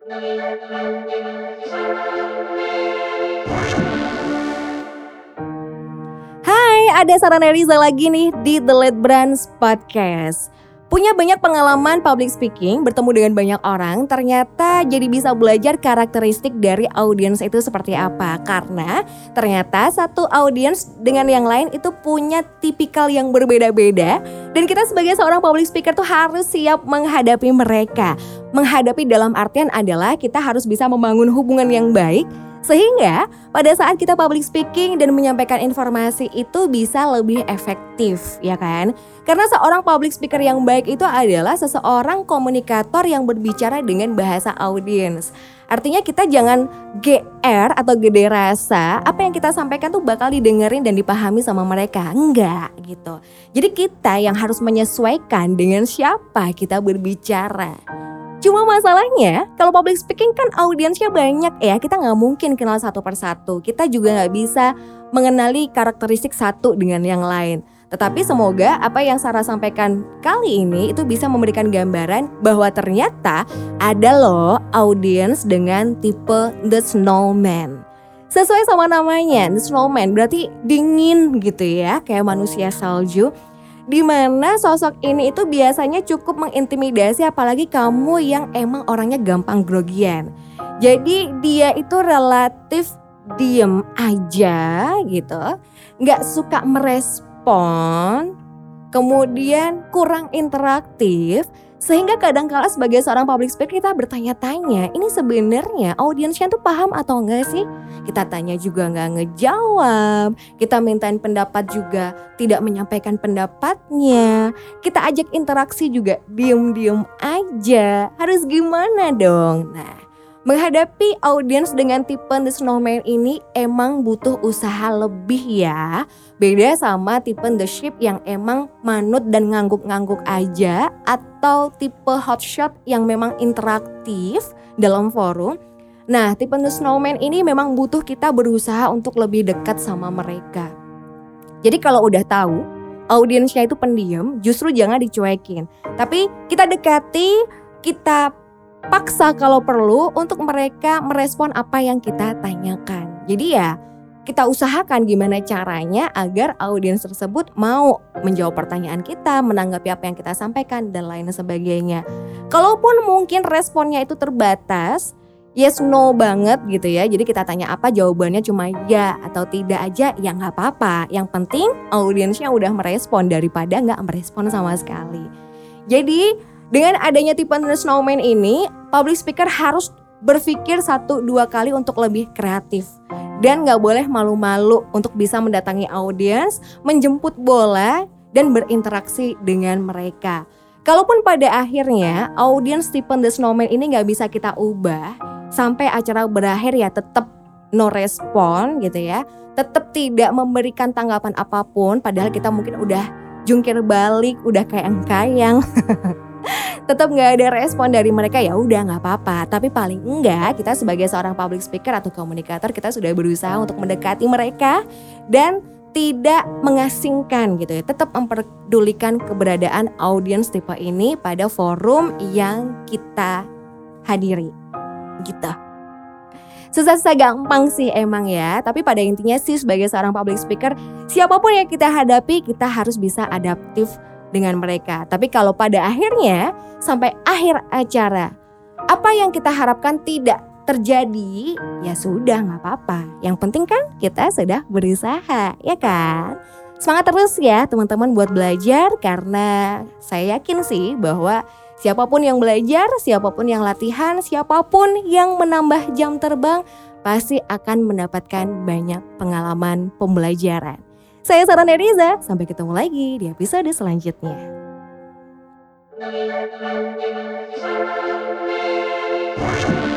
Hai, ada Sarana Riza lagi nih di The Lead Brands Podcast. Punya banyak pengalaman public speaking, bertemu dengan banyak orang, ternyata jadi bisa belajar karakteristik dari audiens itu seperti apa. Karena ternyata satu audiens dengan yang lain itu punya tipikal yang berbeda-beda. Dan kita sebagai seorang public speaker tuh harus siap menghadapi mereka. Menghadapi dalam artian adalah kita harus bisa membangun hubungan yang baik, sehingga pada saat kita public speaking dan menyampaikan informasi itu bisa lebih efektif, ya kan? Karena seorang public speaker yang baik itu adalah seseorang komunikator yang berbicara dengan bahasa audiens. Artinya kita jangan GR atau gede rasa, apa yang kita sampaikan tuh bakal didengerin dan dipahami sama mereka. Enggak gitu. Jadi kita yang harus menyesuaikan dengan siapa kita berbicara. Cuma masalahnya kalau public speaking kan audiensnya banyak ya, kita gak mungkin kenal satu persatu. Kita juga gak bisa mengenali karakteristik satu dengan yang lain. Tetapi semoga apa yang Sarah sampaikan kali ini itu bisa memberikan gambaran bahwa ternyata ada loh audiens dengan tipe the snowman. Sesuai sama namanya, the snowman berarti dingin gitu ya, kayak manusia salju. Di mana sosok ini itu biasanya cukup mengintimidasi apalagi kamu yang emang orangnya gampang grogian. Jadi dia itu relatif diem aja gitu, gak suka merespon, kemudian kurang interaktif. Sehingga kadang-kala sebagai seorang public speaker kita bertanya-tanya, ini sebenarnya audiensnya tuh paham atau enggak sih? Kita tanya juga enggak ngejawab, kita mintain pendapat juga tidak menyampaikan pendapatnya, kita ajak interaksi juga diem-diem aja. Harus gimana dong? Nah, menghadapi audiens dengan tipe the snowman ini emang butuh usaha lebih ya. Beda sama tipe the sheep yang emang manut dan ngangguk-ngangguk aja, atau tipe hotshot yang memang interaktif dalam forum. Nah, tipe the snowman ini memang butuh kita berusaha untuk lebih dekat sama mereka. Jadi kalau udah tahu audiensnya itu pendiam, justru jangan dicuekin. Tapi kita dekati, kita paksa kalau perlu untuk mereka merespon apa yang kita tanyakan. Jadi ya kita usahakan gimana caranya agar audiens tersebut mau menjawab pertanyaan kita, menanggapi apa yang kita sampaikan dan lain sebagainya. Kalaupun mungkin responnya itu terbatas, yes no banget gitu ya. Jadi kita tanya apa, jawabannya cuma ya atau tidak aja, ya gak apa-apa. Yang penting audiensnya udah merespon daripada gak merespon sama sekali. Jadi dengan adanya tipe the snowman ini, public speaker harus berpikir 1-2 kali untuk lebih kreatif. Dan gak boleh malu-malu untuk bisa mendatangi audiens, menjemput bola, dan berinteraksi dengan mereka. Kalaupun pada akhirnya audiens tipe the snowman ini gak bisa kita ubah, sampai acara berakhir ya tetap no respon gitu ya, tetap tidak memberikan tanggapan apapun, padahal kita mungkin udah jungkir balik, udah kayang-kayang. Tetap nggak ada respon dari mereka, ya udah nggak apa-apa. Tapi paling enggak kita sebagai seorang public speaker atau komunikator, kita sudah berusaha untuk mendekati mereka dan tidak mengasingkan gitu ya. Tetap memperdulikan keberadaan audiens tipe ini pada forum yang kita hadiri gitu. Susah-susah gampang sih emang ya. Tapi pada intinya sih sebagai seorang public speaker, siapapun yang kita hadapi, kita harus bisa adaptif dengan mereka. Tapi kalau pada akhirnya sampai akhir acara apa yang kita harapkan tidak terjadi, ya sudah gak apa-apa. Yang penting kan kita sudah berusaha, ya kan? Semangat terus ya teman-teman buat belajar, karena saya yakin sih bahwa siapapun yang belajar, siapapun yang latihan, siapapun yang menambah jam terbang pasti akan mendapatkan banyak pengalaman pembelajaran. Saya Sarana Riza, sampai ketemu lagi di episode selanjutnya.